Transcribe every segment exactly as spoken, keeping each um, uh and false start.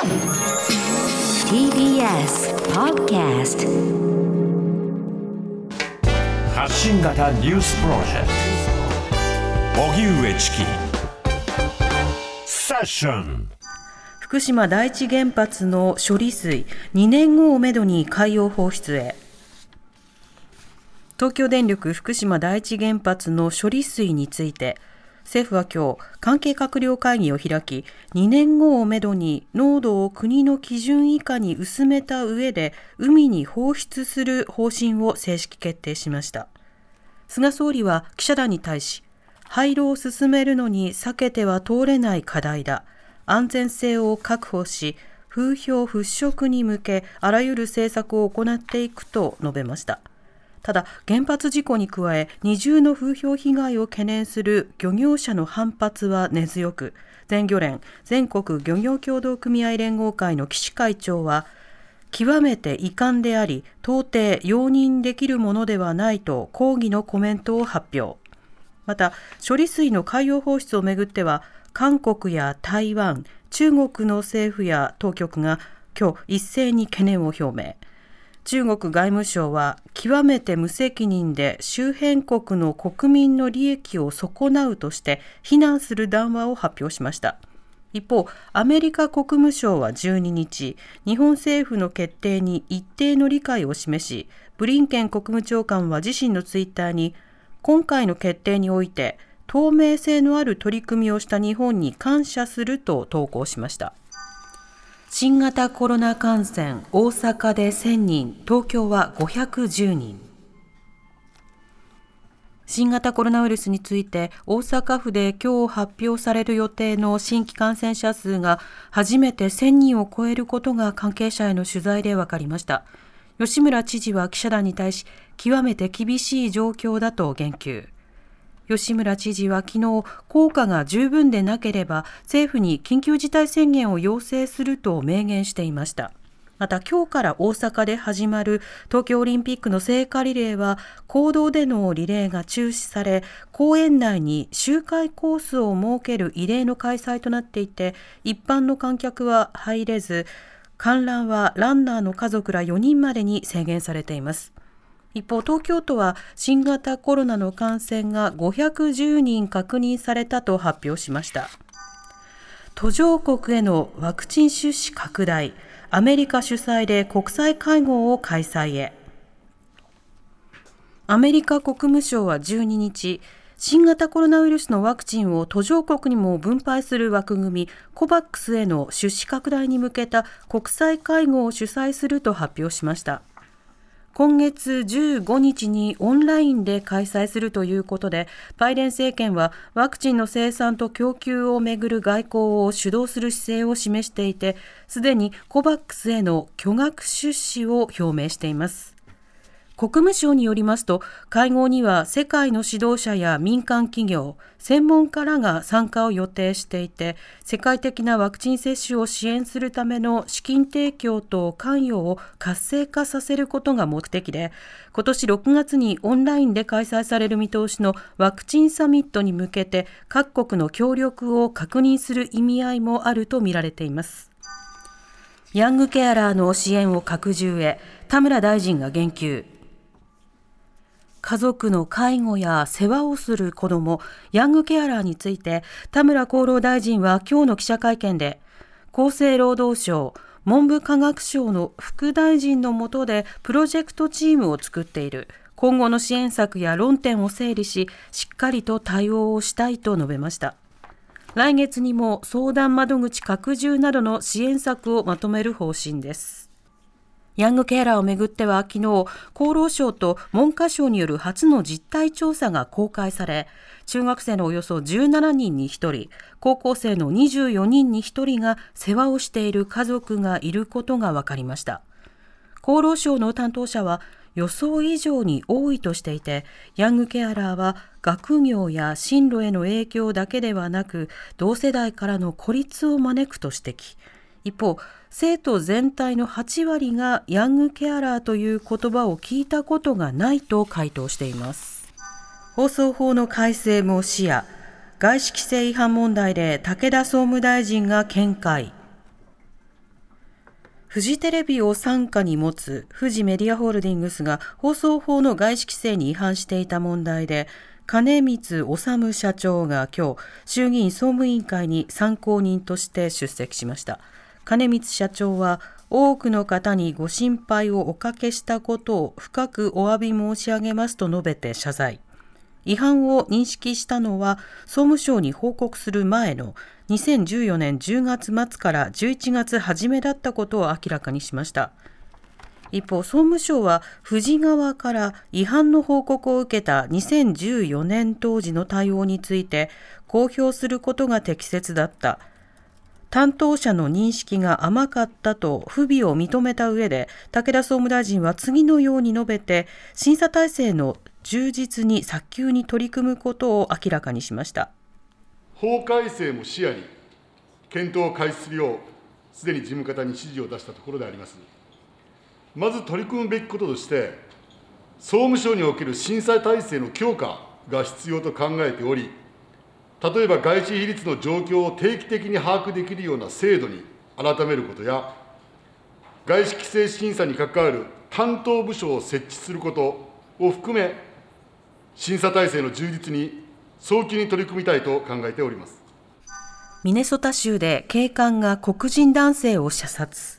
ティービーエス Podcast 発信型ニュースプロジェクト荻上チキセッション。 福島第一原発の処理水にねんごをめどに海洋放出へ。東京電力福島第一原発の処理水について、政府は今日関係閣僚会議を開き、にねんごをめどに濃度を国の基準以下に薄めた上で海に放出する方針を正式決定しました。菅総理は記者団に対し、廃炉を進めるのに避けては通れない課題だ。安全性を確保し、風評払拭に向けあらゆる政策を行っていくと述べました。ただ、原発事故に加え二重の風評被害を懸念する漁業者の反発は根強く、全漁連全国漁業協同組合連合会の岸会長は、極めて遺憾であり到底容認できるものではないと抗議のコメントを発表。また、処理水の海洋放出をめぐっては、韓国や台湾、中国の政府や当局が今日一斉に懸念を表明。中国外務省は極めて無責任で周辺国の国民の利益を損なうとして非難する談話を発表しました。一方、アメリカ国務省はじゅうににち、日本政府の決定に一定の理解を示し、ブリンケン国務長官は自身のツイッターに、今回の決定において透明性のある取り組みをした日本に感謝すると投稿しました。新型コロナ感染、大阪でせんにん、東京はごひゃくじゅうにん。新型コロナウイルスについて、大阪府で今日発表される予定の新規感染者数が初めてせんにんを超えることが関係者への取材で分かりました。吉村知事は記者団に対し、極めて厳しい状況だと言及。吉村知事は昨日、効果が十分でなければ政府に緊急事態宣言を要請すると明言していました。また、今日から大阪で始まる東京オリンピックの聖火リレーは公道でのリレーが中止され、公園内に周回コースを設ける異例の開催となっていて、一般の観客は入れず、観覧はランナーの家族らよにんまでに制限されています。一方、東京都は新型コロナの感染がごひゃくじゅうにん確認されたと発表しました。途上国へのワクチン接種拡大、アメリカ主催で国際会合を開催へ。アメリカ国務省はじゅうににち、新型コロナウイルスのワクチンを途上国にも分配する枠組みコバックスへの出資拡大に向けた国際会合を主催すると発表しました。今月じゅうごにちにオンラインで開催するということで、バイデン政権はワクチンの生産と供給をめぐる外交を主導する姿勢を示していて、すでにコバックスへの巨額出資を表明しています。国務省によりますと、会合には世界の指導者や民間企業、専門家らが参加を予定していて、世界的なワクチン接種を支援するための資金提供と関与を活性化させることが目的で、今年ろくがつにオンラインで開催される見通しのワクチンサミットに向けて各国の協力を確認する意味合いもあるとみられています。ヤングケアラーの支援を拡充へ、田村大臣が言及。家族の介護や世話をする子ども、ヤングケアラーについて、田村厚労大臣は今日の記者会見で、厚生労働省、文部科学省の副大臣の下でプロジェクトチームを作っている。今後の支援策や論点を整理し、しっかりと対応をしたいと述べました。来月にも相談窓口拡充などの支援策をまとめる方針です。ヤングケアラーをめぐっては昨日、厚労省と文科省による初の実態調査が公開され、中学生のおよそじゅうななにんにひとり、高校生のにじゅうよにんにひとりが世話をしている家族がいることが分かりました。厚労省の担当者は予想以上に多いとしていて、ヤングケアラーは学業や進路への影響だけではなく、同世代からの孤立を招くと指摘。一方、生徒全体のはちわりがヤングケアラーという言葉を聞いたことがないと回答しています。放送法の改正も視野、外資規制違反問題で武田総務大臣が見解。 フジテレビを傘下に持つフジメディアホールディングスが放送法の外資規制に違反していた問題で、金光修社長が今日衆議院総務委員会に参考人として出席しました。金光社長は、多くの方にご心配をおかけしたことを深くお詫び申し上げますと述べて謝罪。違反を認識したのは総務省に報告する前のにせんじゅうよねんじゅうがつ末からじゅういちがつ初めだったことを明らかにしました。一方、総務省はフジ側から違反の報告を受けたにせんじゅうよねん当時の対応について公表することが適切だった。担当者の認識が甘かったと不備を認めた上で、武田総務大臣は次のように述べて、審査体制の充実に早急に取り組むことを明らかにしました。 法改正も視野に検討を開始するよう、すでに事務方に指示を出したところであります。まず取り組むべきこととして、総務省における審査体制の強化が必要と考えており、例えば外資比率の状況を定期的に把握できるような制度に改めることや、外資規制審査に関わる担当部署を設置することを含め、審査体制の充実に早急に取り組みたいと考えております。 ミネソタ州で警官が黒人男性を射殺。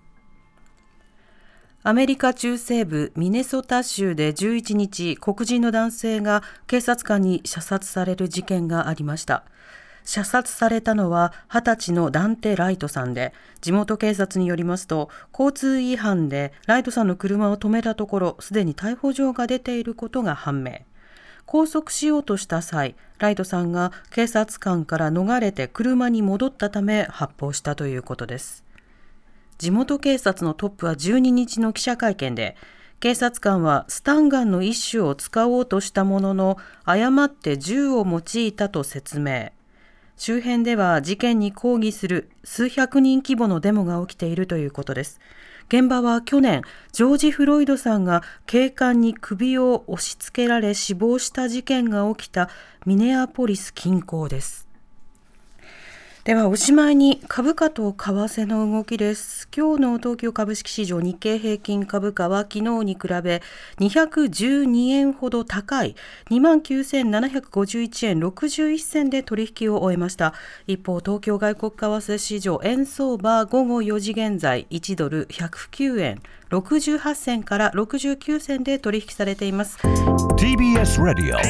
アメリカ中西部ミネソタ州でじゅういちにち、黒人の男性が警察官に射殺される事件がありました。射殺されたのははたちのダンテ・ライトさんで、地元警察によりますと、交通違反でライトさんの車を止めたところ、すでに逮捕状が出ていることが判明。拘束しようとした際、ライトさんが警察官から逃れて車に戻ったため発砲したということです。地元警察のトップはじゅうににちの記者会見で、警察官はスタンガンの一種を使おうとしたものの、誤って銃を用いたと説明。周辺では事件に抗議する数百人規模のデモが起きているということです。現場は去年、ジョージ・フロイドさんが警官に首を押し付けられ死亡した事件が起きたミネアポリス近郊です。ではおしまいに株価と為替の動きです。今日の東京株式市場、日経平均株価は昨日に比べにひゃくじゅうにえんほど高い にまんきゅうせんななひゃくごじゅういちえんろくじゅういっせんで取引を終えました。一方、東京外国為替市場、円相場午後よじ現在いちドルひゃくきゅうえんろくじゅうはちせんからろくじゅうきゅうせんで取引されています。 ティービーエス Radio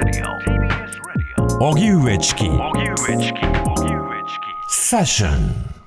荻上チキセッション